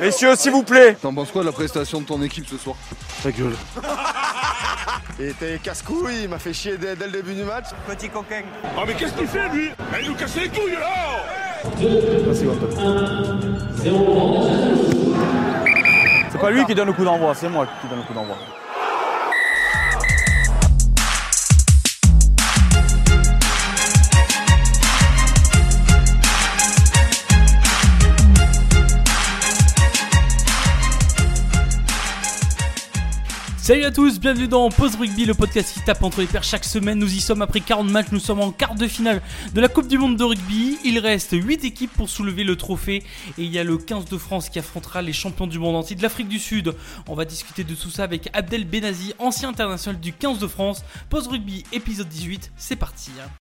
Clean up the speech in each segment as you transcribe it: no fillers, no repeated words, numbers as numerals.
Messieurs, s'il vous plaît. T'en penses quoi de la prestation de ton équipe ce soir? Ta gueule. Il était casse-couille, il m'a fait chier dès le début du match. Petit coquin. Oh mais qu'est-ce qu'il fait lui? Il nous casse les couilles là. Merci, c'est pas lui qui donne le coup d'envoi, c'est moi qui donne le coup d'envoi. Salut à tous, bienvenue dans Pause Rugby, le podcast qui tape entre les pairs chaque semaine. Nous y sommes après 40 matchs, nous sommes en quart de finale de la Coupe du Monde de rugby. Il reste 8 équipes pour soulever le trophée et il y a le 15 de France qui affrontera les champions du monde entier de l'Afrique du Sud. On va discuter de tout ça avec Abdel Benazi, ancien international du 15 de France. Pause Rugby épisode 18, c'est parti.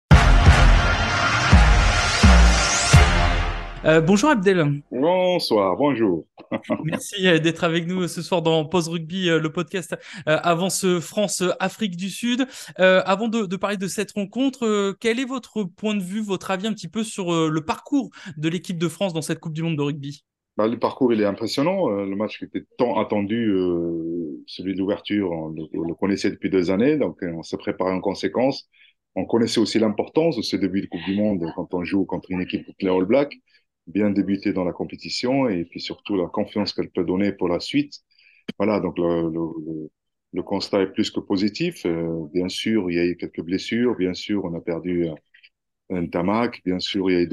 Bonjour Abdel. Bonsoir, bonjour. Merci d'être avec nous ce soir dans Pause Rugby, le podcast Avance France-Afrique du Sud. Avant de parler de cette rencontre, quel est votre point de vue, votre avis un petit peu sur le parcours de l'équipe de France dans cette Coupe du Monde de rugby? Le parcours, il est impressionnant. Le match qui était tant attendu, celui de l'ouverture, on le connaissait depuis 2 années, donc on s'est préparé en conséquence. On connaissait aussi l'importance de ce début de Coupe du Monde quand on joue contre une équipe comme les All Blacks, bien débuter dans la compétition et puis surtout la confiance qu'elle peut donner pour la suite. Voilà, donc le constat est plus que positif. Bien sûr, il y a eu quelques blessures. Bien sûr, on a perdu un Tamac. Bien sûr, il y a eu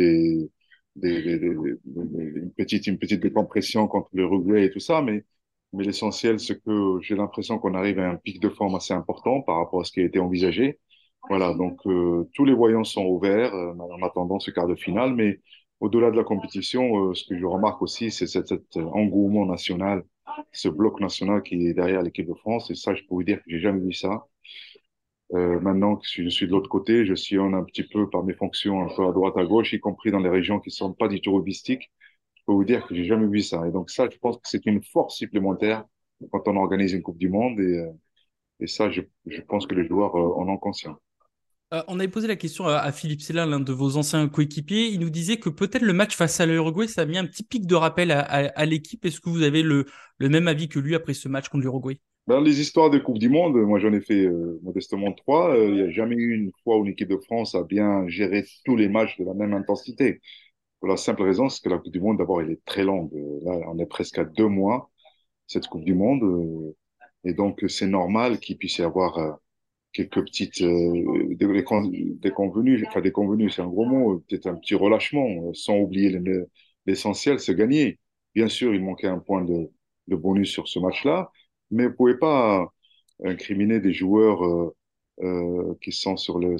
une petite décompression contre le Uruguay et tout ça. Mais l'essentiel, c'est que j'ai l'impression qu'on arrive à un pic de forme assez important par rapport à ce qui a été envisagé. Voilà, donc tous les voyants sont ouverts en attendant ce quart de finale. Mais au-delà de la compétition, ce que je remarque aussi, c'est cet engouement national, ce bloc national qui est derrière l'équipe de France. Et ça, je peux vous dire que j'ai jamais vu ça. Maintenant que je suis de l'autre côté, je sillonne un petit peu par mes fonctions, un peu à droite, à gauche, y compris dans les régions qui ne sont pas du tout rugbystiques. Je peux vous dire que j'ai jamais vu ça. Et donc ça, je pense que c'est une force supplémentaire quand on organise une Coupe du Monde. Et ça, je pense que les joueurs en ont conscience. On avait posé la question à Philippe Sella, l'un de vos anciens coéquipiers. Il nous disait que peut-être le match face à l'Uruguay, ça a mis un petit pic de rappel à l'équipe. Est-ce que vous avez le même avis que lui après ce match contre l'Uruguay? Les histoires de Coupe du Monde, moi j'en ai fait modestement 3. Il n'y a jamais eu une fois où l'équipe de France a bien géré tous les matchs de la même intensité. Pour la simple raison, c'est que la Coupe du Monde, d'abord, elle est très longue. Là, on est presque à 2 mois, cette Coupe du Monde. Et donc, c'est normal qu'il puisse y avoir quelques petites déconvenues. Enfin, déconvenues, c'est un gros mot. Peut-être un petit relâchement, sans oublier l'essentiel, c'est gagner. Bien sûr, il manquait un point de bonus sur ce match-là, mais vous ne pouvez pas incriminer des joueurs qui sont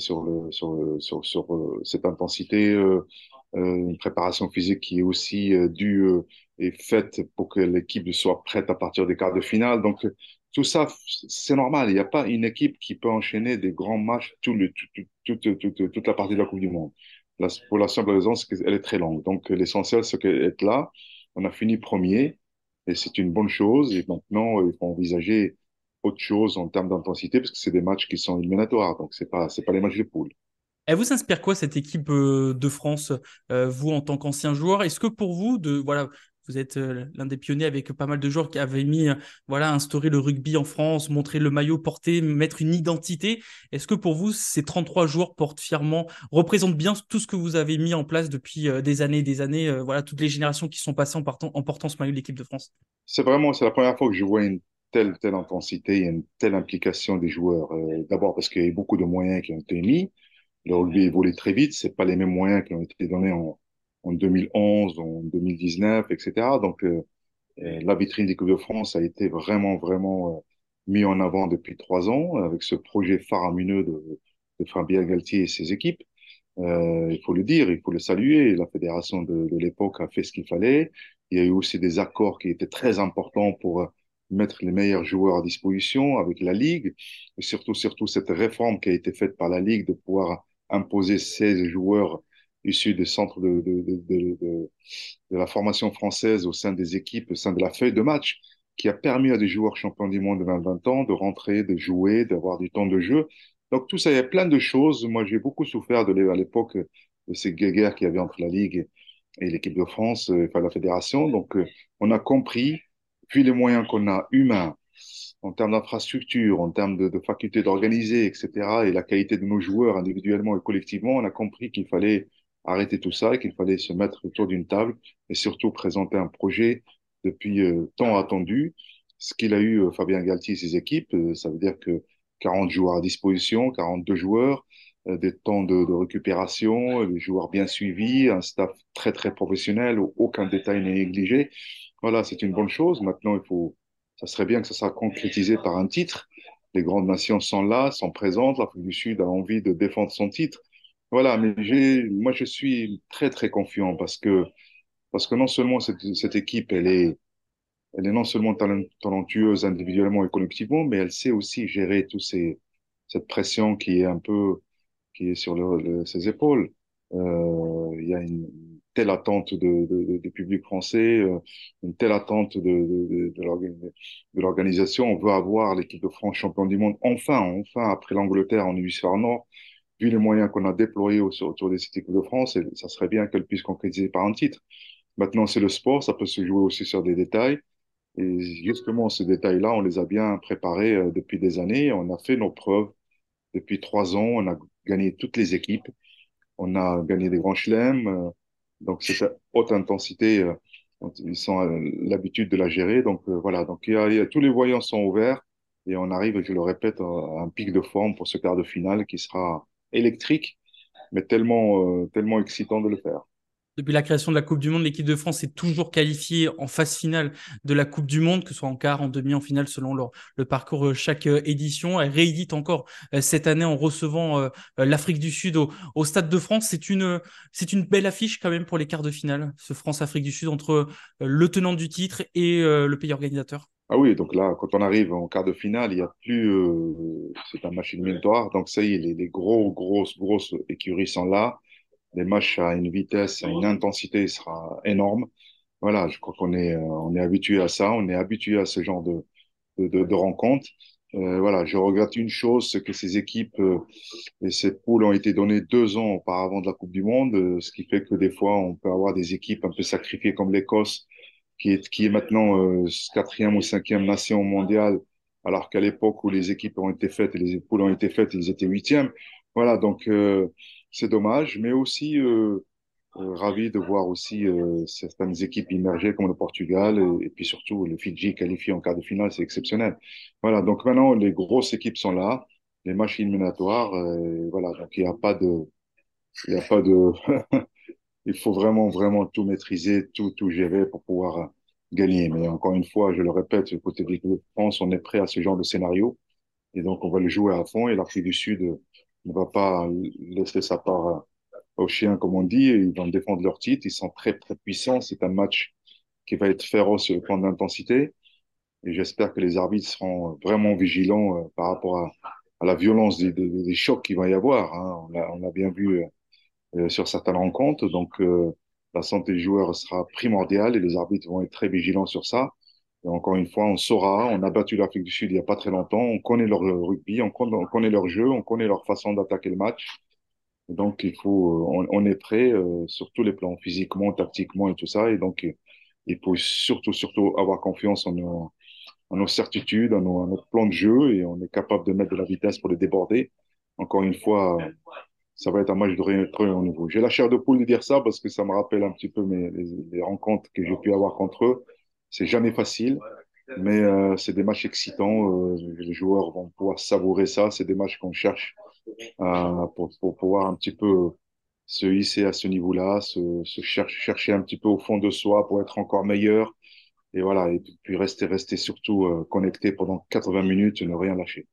sur cette intensité, une préparation physique qui est aussi due et faite pour que l'équipe soit prête à partir des quarts de finale. Donc, tout ça, c'est normal. Il n'y a pas une équipe qui peut enchaîner des grands matchs toute la partie de la Coupe du Monde. Pour la simple raison, c'est qu'elle est très longue. Donc, l'essentiel, c'est qu'elle est là. On a fini premier et c'est une bonne chose. Et maintenant, il faut envisager autre chose en termes d'intensité parce que c'est des matchs qui sont éliminatoires. Donc, c'est pas les matchs de poule. Elle vous inspire quoi cette équipe de France, vous en tant qu'ancien joueur? Est-ce que pour vous, vous êtes l'un des pionniers avec pas mal de joueurs qui avaient instauré le rugby en France, montré le maillot porté, mettre une identité. Est-ce que pour vous, ces 33 joueurs représentent bien tout ce que vous avez mis en place depuis des années, toutes les générations qui sont passées en portant ce maillot de l'équipe de France? C'est la première fois que je vois une telle intensité et une telle implication des joueurs. D'abord parce qu'il y a eu beaucoup de moyens qui ont été mis. Le rugby évolue très vite. C'est pas les mêmes moyens qui ont été donnés en 2011, en 2019, etc. Donc, la vitrine d'équipe de France a été vraiment, vraiment mis en avant depuis 3 ans avec ce projet faramineux de Fabien Galtier et ses équipes. Il faut le dire, il faut le saluer. La fédération de l'époque a fait ce qu'il fallait. Il y a eu aussi des accords qui étaient très importants pour mettre les meilleurs joueurs à disposition avec la Ligue. Et surtout cette réforme qui a été faite par la Ligue de pouvoir imposer 16 joueurs issus des centres de la formation française au sein des équipes, au sein de la feuille de match, qui a permis à des joueurs champions du monde de 20 ans de rentrer, de jouer, d'avoir du temps de jeu. Donc tout ça, il y a plein de choses. Moi, j'ai beaucoup souffert à l'époque de ces guerres qu'il y avait entre la Ligue et l'équipe de France, enfin la fédération. Donc, on a compris, puis les moyens qu'on a humains, en termes d'infrastructure, en termes de faculté d'organiser, etc., et la qualité de nos joueurs individuellement et collectivement, on a compris qu'il fallait arrêter tout ça, et qu'il fallait se mettre autour d'une table et surtout présenter un projet depuis tant attendu. Ce qu'il a eu, Fabien Galtier et ses équipes, ça veut dire que 40 joueurs à disposition, 42 joueurs, des temps de récupération, des joueurs bien suivis, un staff très, très professionnel, où aucun détail n'est négligé. Voilà, c'est une bonne chose. Maintenant, ça serait bien que ça soit concrétisé par un titre. Les grandes nations sont là, sont présentes. L'Afrique du Sud a envie de défendre son titre. Voilà, mais moi, je suis très, très confiant parce que non seulement cette équipe, elle est non seulement talentueuse individuellement et collectivement, mais elle sait aussi gérer cette pression qui est sur ses épaules. Il y a une telle attente du public français, une telle attente de l'organisation. On veut avoir l'équipe de France champion du monde enfin, après l'Angleterre en hémisphère nord. Vu les moyens qu'on a déployés autour de cette équipe de France, et ça serait bien qu'elle puisse concrétiser par un titre. Maintenant, c'est le sport, ça peut se jouer aussi sur des détails. Et justement, ces détails-là, on les a bien préparés depuis des années. On a fait nos preuves depuis 3 ans. On a gagné toutes les équipes. On a gagné des grands chelems. Donc, c'est à haute intensité. Ils ont l'habitude de la gérer. Donc, voilà. Donc, tous les voyants sont ouverts. Et on arrive, je le répète, à un pic de forme pour ce quart de finale qui sera électrique, mais tellement excitant de le faire. Depuis la création de la Coupe du Monde, l'équipe de France est toujours qualifiée en phase finale de la Coupe du Monde, que ce soit en quart, en demi, en finale, selon le parcours chaque édition. Elle réédite encore cette année en recevant l'Afrique du Sud au Stade de France. C'est une belle affiche quand même pour les quarts de finale, ce France-Afrique du Sud, entre le tenant du titre et le pays organisateur. Ah oui, donc là, quand on arrive en quart de finale, il y a plus, c'est un match éliminatoire. Donc ça y est, les grosses écuries sont là. Les matchs à une vitesse, à une intensité sera énorme. Voilà, je crois on est habitué à ça, on est habitué à ce genre de rencontres. Voilà, je regrette une chose, c'est que ces équipes et ces poules ont été données 2 ans auparavant de la Coupe du Monde, ce qui fait que des fois, on peut avoir des équipes un peu sacrifiées comme l'Écosse, qui est maintenant quatrième ou cinquième nation mondiale, alors qu'à l'époque où les équipes ont été faites et les poules ont été faites, ils étaient huitièmes. Voilà, donc c'est dommage, mais aussi ravi de voir aussi certaines équipes immergées comme le Portugal et puis surtout le Fidji qualifié en quart de finale, c'est exceptionnel. Voilà, donc maintenant les grosses équipes sont là, les matchs éliminatoires, voilà, donc il y a pas de, il faut vraiment tout maîtriser, tout gérer pour pouvoir gagner. Mais encore une fois, je le répète, du côté de l'équipe de France, on est prêt à ce genre de scénario et donc on va le jouer à fond et l'Afrique du Sud ne va pas laisser sa part aux chiens, comme on dit, ils vont défendre leur titre, ils sont très, très puissants. C'est un match qui va être féroce sur le plan d'intensité. Et j'espère que les arbitres seront vraiment vigilants par rapport à la violence des chocs qu'il va y avoir. Hein. On a bien vu sur certaines rencontres. Donc, la santé des joueurs sera primordiale et les arbitres vont être très vigilants sur ça. Et encore une fois, on a battu l'Afrique du Sud il n'y a pas très longtemps, on connaît leur rugby, on connaît leur jeu, on connaît leur façon d'attaquer le match. Donc, on est prêt sur tous les plans, physiquement, tactiquement et tout ça. Et donc, il faut surtout avoir confiance en nos certitudes, en notre plan de jeu et on est capable de mettre de la vitesse pour les déborder. Encore une fois, ça va être un match de très haut niveau. J'ai la chair de poule de dire ça parce que ça me rappelle un petit peu les rencontres que j'ai pu avoir contre eux. C'est jamais facile, mais c'est des matchs excitants. Les joueurs vont pouvoir savourer ça. C'est des matchs qu'on cherche pour pouvoir un petit peu se hisser à ce niveau-là, chercher un petit peu au fond de soi pour être encore meilleur. Et voilà, et puis rester surtout connecté pendant 80 minutes et ne rien lâcher.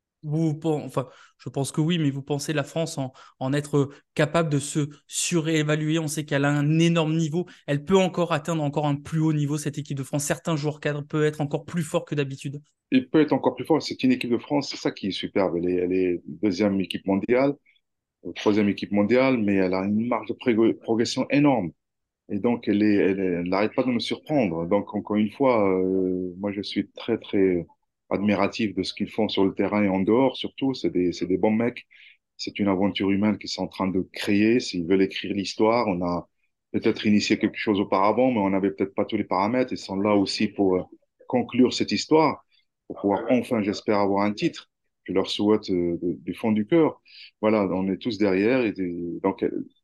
Enfin, je pense que oui, mais vous pensez la France en être capable de se surévaluer? On sait qu'elle a un énorme niveau. Elle peut encore atteindre encore un plus haut niveau, cette équipe de France. Certains joueurs cadres peuvent être encore plus forts que d'habitude. Il peut être encore plus fort. C'est une équipe de France, c'est ça qui est superbe. Elle est deuxième équipe mondiale, troisième équipe mondiale, mais elle a une marge de progression énorme. Et donc, elle n'arrête pas de me surprendre. Donc, encore une fois, moi, je suis très, très admiratif de ce qu'ils font sur le terrain et en dehors, surtout. C'est des bons mecs. C'est une aventure humaine qu'ils sont en train de créer. S'ils veulent écrire l'histoire, on a peut-être initié quelque chose auparavant, mais on n'avait peut-être pas tous les paramètres. Ils sont là aussi pour conclure cette histoire, pour pouvoir enfin, j'espère, avoir un titre. Je leur souhaite du fond du cœur. Voilà, on est tous derrière. Donc,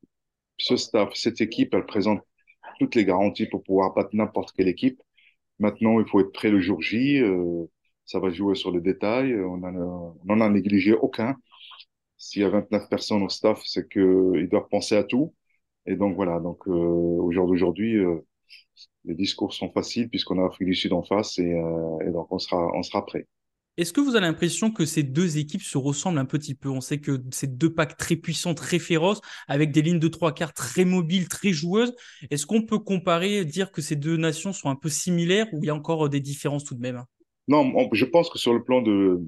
ce staff, cette équipe, elle présente toutes les garanties pour pouvoir battre n'importe quelle équipe. Maintenant, il faut être prêt le jour J. Ça va jouer sur les détails. On n'en a négligé aucun. S'il y a 29 personnes au staff, c'est qu'ils doivent penser à tout. Et donc voilà, donc au jour d'aujourd'hui, les discours sont faciles puisqu'on a Afrique du Sud en face et donc on sera prêt. Est-ce que vous avez l'impression que ces deux équipes se ressemblent un petit peu? On sait que c'est deux packs très puissants, très féroces, avec des lignes de trois quarts très mobiles, très joueuses. Est-ce qu'on peut comparer, dire que ces deux nations sont un peu similaires ou il y a encore des différences tout de même? Non, je pense que sur le plan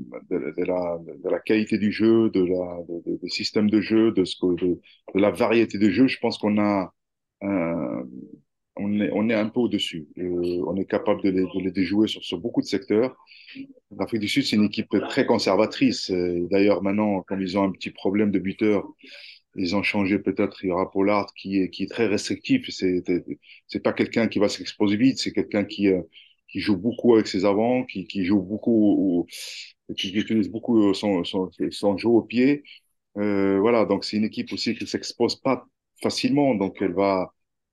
de la qualité du jeu, des systèmes de jeu, de la variété de jeu, je pense qu'on a un, on est un peu au-dessus. On est capable de les déjouer sur beaucoup de secteurs. L'Afrique du Sud, c'est une équipe très conservatrice. D'ailleurs, maintenant, comme ils ont un petit problème de buteur, ils ont changé peut-être. Il y aura Pollard qui est très restrictif. C'est pas quelqu'un qui va s'exposer vite. C'est quelqu'un qui joue beaucoup avec ses avants, qui joue beaucoup, qui utilise beaucoup son jeu au pied. Voilà. Donc, c'est une équipe aussi qui s'expose pas facilement. Donc, elle va,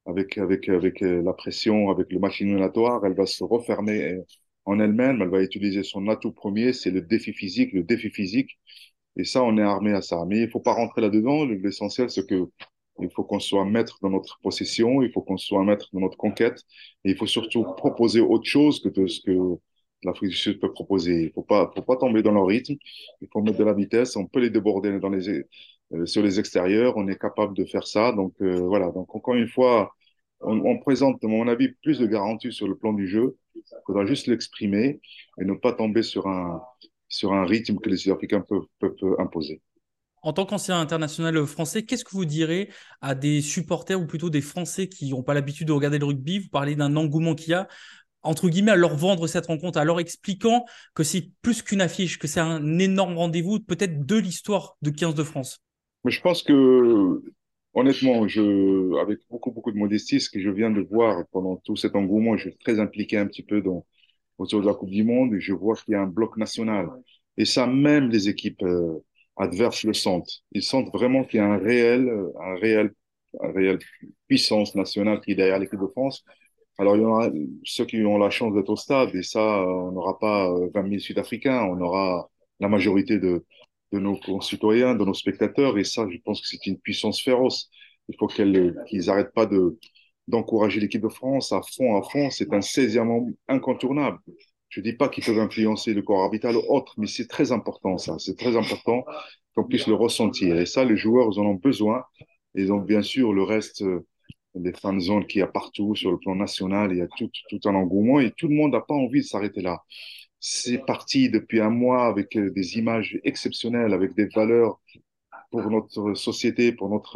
avec la pression, avec le match éliminatoire, elle va se refermer en elle-même. Elle va utiliser son atout premier, c'est le défi physique. Le défi physique, et ça, on est armé à ça. Mais il faut pas rentrer là-dedans. L'essentiel, c'est que il faut qu'on soit maître dans notre possession, il faut qu'on soit maître dans notre conquête, et il faut surtout proposer autre chose que de ce que l'Afrique du Sud peut proposer. Il faut pas tomber dans leur rythme. Il faut mettre de la vitesse. On peut les déborder sur les extérieurs. On est capable de faire ça. Donc voilà. Donc encore une fois, on présente, à mon avis, plus de garanties sur le plan du jeu. Il faudra juste l'exprimer et ne pas tomber sur un rythme que les Sud-Africains peuvent imposer. En tant qu'ancien international français, qu'est-ce que vous direz à des supporters ou plutôt des Français qui n'ont pas l'habitude de regarder le rugby? Vous parlez d'un engouement qu'il y a, entre guillemets, à leur vendre cette rencontre, à leur expliquant que c'est plus qu'une affiche, que c'est un énorme rendez-vous, peut-être de l'histoire de 15 de France. Mais je pense que, honnêtement, avec beaucoup, beaucoup de modestie, ce que je viens de voir pendant tout cet engouement, je suis très impliqué un petit peu autour de la Coupe du Monde, et je vois qu'il y a un bloc national. Et ça, même les équipes adverses le sentent. Ils sentent vraiment qu'il y a un réel puissance nationale qui est derrière l'équipe de France. Alors, il y aura ceux qui ont la chance d'être au stade, et ça, on n'aura pas 20 000 Sud-Africains, on aura la majorité de nos concitoyens, de nos spectateurs, et ça, je pense que c'est une puissance féroce. Il faut qu'ils n'arrêtent pas d'encourager l'équipe de France à fond, à fond. C'est un 16e incontournable. Je dis pas qu'ils peuvent influencer le corps arbitral ou autre, mais c'est très important, ça. C'est très important qu'on puisse le ressentir. Et ça, les joueurs, ils en ont besoin. Et donc, bien sûr, le reste, les fan zones qu'il y a partout sur le plan national, il y a tout un engouement et tout le monde n'a pas envie de s'arrêter là. C'est parti depuis un mois avec des images exceptionnelles, avec des valeurs pour notre société,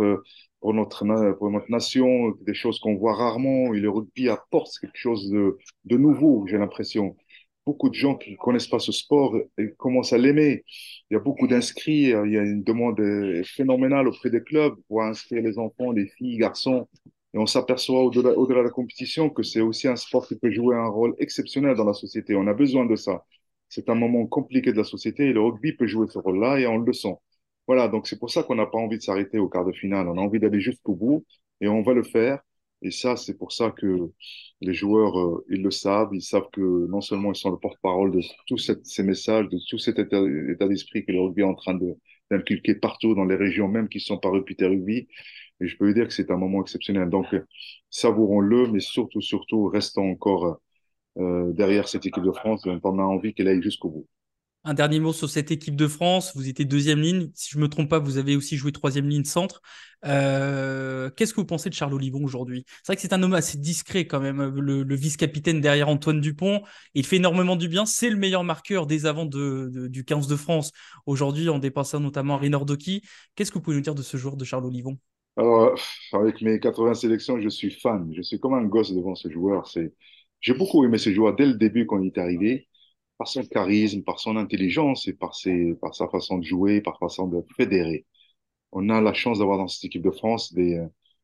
pour notre nation, des choses qu'on voit rarement. Et le rugby apporte quelque chose de nouveau, j'ai l'impression. Beaucoup de gens qui ne connaissent pas ce sport et commencent à l'aimer. Il y a beaucoup d'inscrits, il y a une demande phénoménale auprès des clubs pour inscrire les enfants, les filles, garçons. Et on s'aperçoit au-delà de la compétition que c'est aussi un sport qui peut jouer un rôle exceptionnel dans la société. On a besoin de ça. C'est un moment compliqué de la société et le rugby peut jouer ce rôle-là et on le sent. Voilà, donc c'est pour ça qu'on n'a pas envie de s'arrêter au quart de finale. On a envie d'aller jusqu'au bout et on va le faire. Et ça, c'est pour ça que les joueurs, ils le savent. Ils savent que non seulement ils sont le porte-parole de ces messages, de tout cet état d'esprit que le rugby est en train d'inculquer partout dans les régions même qui sont pas réputées rugby. Et je peux vous dire que c'est un moment exceptionnel. Donc, savourons-le, mais surtout, surtout, restons encore derrière cette équipe de France. On a envie qu'elle aille jusqu'au bout. Un dernier mot sur cette équipe de France. Vous étiez deuxième ligne. Si je ne me trompe pas, vous avez aussi joué troisième ligne centre. Qu'est-ce que vous pensez de Charles Olivon aujourd'hui? C'est vrai que c'est un homme assez discret quand même, le vice-capitaine derrière Antoine Dupont. Il fait énormément du bien. C'est le meilleur marqueur des avants du 15 de France aujourd'hui, en dépassant notamment Rinor Doki. Qu'est-ce que vous pouvez nous dire de ce joueur de Charles Olivon? Alors, avec mes 80 sélections, je suis fan. Je suis comme un gosse devant ce joueur. J'ai beaucoup aimé ce joueur dès le début quand il est arrivé, par son charisme, par son intelligence et par sa façon de jouer, par sa façon de fédérer. On a la chance d'avoir dans cette équipe de France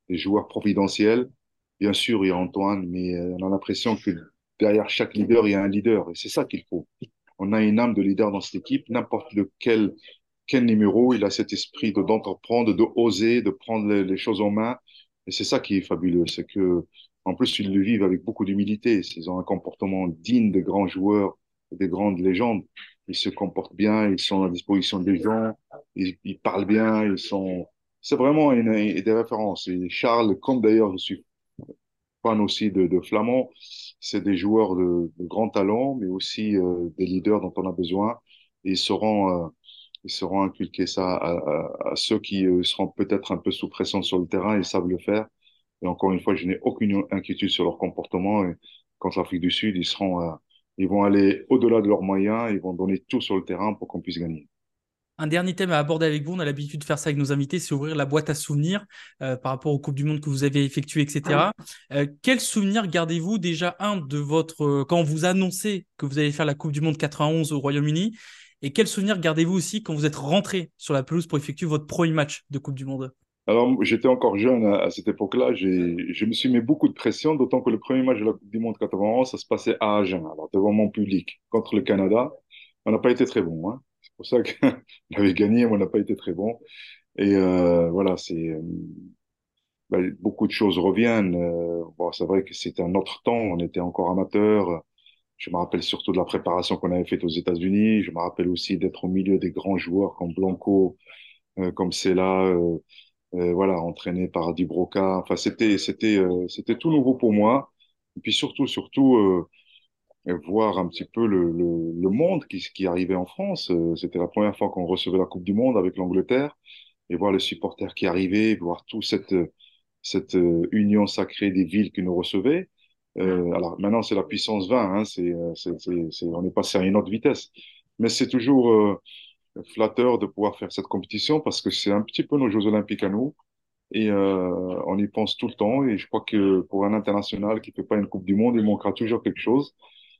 des joueurs providentiels. Bien sûr, il y a Antoine, mais on a l'impression que derrière chaque leader, il y a un leader. Et c'est ça qu'il faut. On a une âme de leader dans cette équipe. N'importe quel numéro, il a cet esprit d'entreprendre, de oser, de prendre les choses en main. Et c'est ça qui est fabuleux. C'est que, en plus, ils le vivent avec beaucoup d'humilité. Ils ont un comportement digne des grands joueurs, des grandes légendes. Ils se comportent bien, ils sont à disposition des gens, ils parlent bien, c'est vraiment des références. Et Charles, comme d'ailleurs je suis fan aussi de Flamand, c'est des joueurs de grand talent, mais aussi des leaders dont on a besoin. Et ils sauront inculquer ça à ceux qui seront peut-être un peu sous pression sur le terrain, ils savent le faire. Et encore une fois, je n'ai aucune inquiétude sur leur comportement. Et contre l'Afrique du Sud, ils vont aller au-delà de leurs moyens, ils vont donner tout sur le terrain pour qu'on puisse gagner. Un dernier thème à aborder avec vous, on a l'habitude de faire ça avec nos invités, c'est ouvrir la boîte à souvenirs par rapport aux Coupes du Monde que vous avez effectuées, etc. Quel souvenir gardez-vous déjà, quand vous annoncez que vous allez faire la Coupe du Monde 91 au Royaume-Uni, et quel souvenir gardez-vous aussi quand vous êtes rentré sur la pelouse pour effectuer votre premier match de Coupe du Monde? Alors, j'étais encore jeune à cette époque-là. Je me suis mis beaucoup de pression, d'autant que le premier match de la Coupe du Monde 91, ça se passait à Agen, alors devant mon public, contre le Canada. On n'a pas été très bon, hein. C'est pour ça qu'on avait gagné, mais on n'a pas été très bon. Et voilà, beaucoup de choses reviennent. Bon, c'est vrai que c'était un autre temps, on était encore amateurs. Je me rappelle surtout de la préparation qu'on avait faite aux États-Unis. Je me rappelle aussi d'être au milieu des grands joueurs comme Blanco, comme Sela. Voilà, entraîné par Dibroca. Enfin, c'était tout nouveau pour moi. Et puis surtout, voir un petit peu le monde qui arrivait en France. C'était la première fois qu'on recevait la Coupe du Monde avec l'Angleterre et voir les supporters qui arrivaient, voir toute cette union sacrée des villes qui nous recevaient. Alors maintenant, c'est la puissance 20, hein, on est passé à une autre vitesse. Mais c'est toujours flatteur de pouvoir faire cette compétition parce que c'est un petit peu nos Jeux Olympiques à nous et on y pense tout le temps et je crois que pour un international qui fait pas une Coupe du Monde, il manquera toujours quelque chose.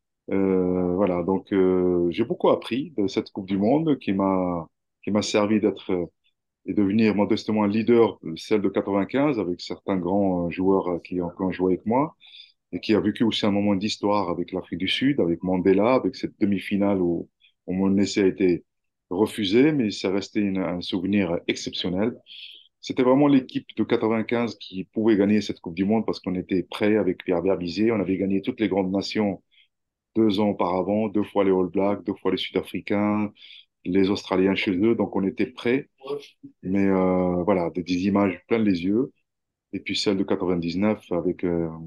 Voilà, donc j'ai beaucoup appris de cette Coupe du Monde qui m'a servi d'être et devenir modestement un leader, celle de 95 avec certains grands joueurs qui ont joué avec moi et qui a vécu aussi un moment d'histoire avec l'Afrique du Sud, avec Mandela, avec cette demi-finale où mon essai a été refusé, mais c'est resté un souvenir exceptionnel. C'était vraiment l'équipe de 95 qui pouvait gagner cette Coupe du Monde parce qu'on était prêts avec Pierre Berbizier. On avait gagné toutes les grandes nations 2 ans auparavant, 2 fois les All Blacks, 2 fois les Sud-Africains, les Australiens chez eux. Donc on était prêts. Mais voilà, des images plein les yeux. Et puis celle de 99 avec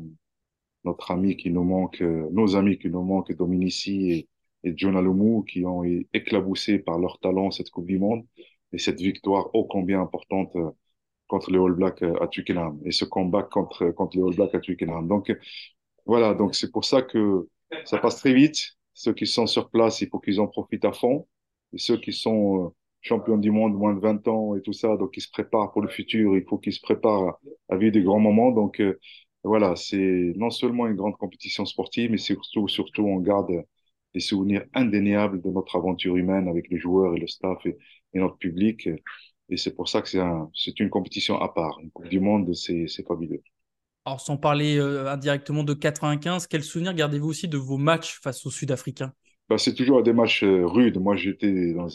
notre ami qui nous manque, nos amis qui nous manquent, Dominici et John Alomou, qui ont éclaboussé par leur talent cette Coupe du Monde et cette victoire ô combien importante contre les All Blacks à Twickenham et ce combat contre les All Blacks à Twickenham. Donc voilà, donc c'est pour ça que ça passe très vite. Ceux qui sont sur place, il faut qu'ils en profitent à fond. Et ceux qui sont champions du monde, moins de 20 ans et tout ça, donc ils se préparent pour le futur, il faut qu'ils se préparent à vivre des grands moments. Donc voilà, c'est non seulement une grande compétition sportive, mais surtout on garde des souvenirs indéniables de notre aventure humaine avec les joueurs et le staff et notre public. Et c'est pour ça que c'est une compétition à part. Une Coupe du Monde, c'est fabuleux. Alors, sans parler indirectement de 95, quel souvenir gardez-vous aussi de vos matchs face aux Sud-Africains? C'est toujours des matchs rudes. Moi, j'étais dans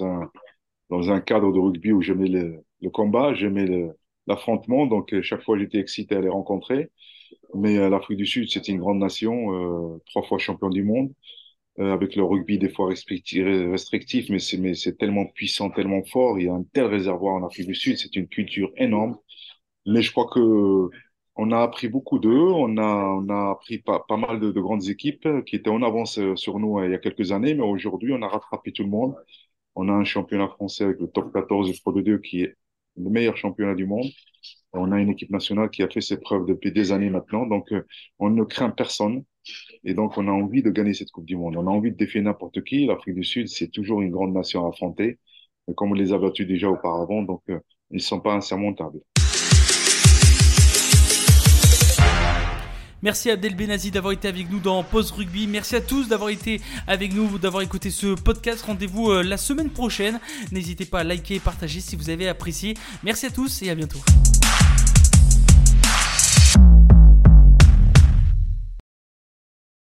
un cadre de rugby où j'aimais le combat, j'aimais l'affrontement. Donc, chaque fois, j'étais excité à les rencontrer. Mais l'Afrique du Sud, c'est une grande nation, 3 fois champion du monde, avec le rugby des fois restrictif, mais c'est tellement puissant, tellement fort. Il y a un tel réservoir en Afrique du Sud, c'est une culture énorme. Mais je crois que on a appris beaucoup d'eux. On a appris pas mal de grandes équipes qui étaient en avance sur nous il y a quelques années, mais aujourd'hui, on a rattrapé tout le monde. On a un championnat français avec le top 14 du Pro D2 qui est le meilleur championnat du monde. On a une équipe nationale qui a fait ses preuves depuis des années maintenant. Donc, on ne craint personne. Et donc, on a envie de gagner cette Coupe du Monde. On a envie de défier n'importe qui. L'Afrique du Sud, c'est toujours une grande nation à affronter. Mais comme on les a battus déjà auparavant, donc, ils ne sont pas insurmontables. Merci Abdel Benazi d'avoir été avec nous dans Pause Rugby. Merci à tous d'avoir été avec nous, d'avoir écouté ce podcast. Rendez-vous la semaine prochaine. N'hésitez pas à liker et partager si vous avez apprécié. Merci à tous et à bientôt.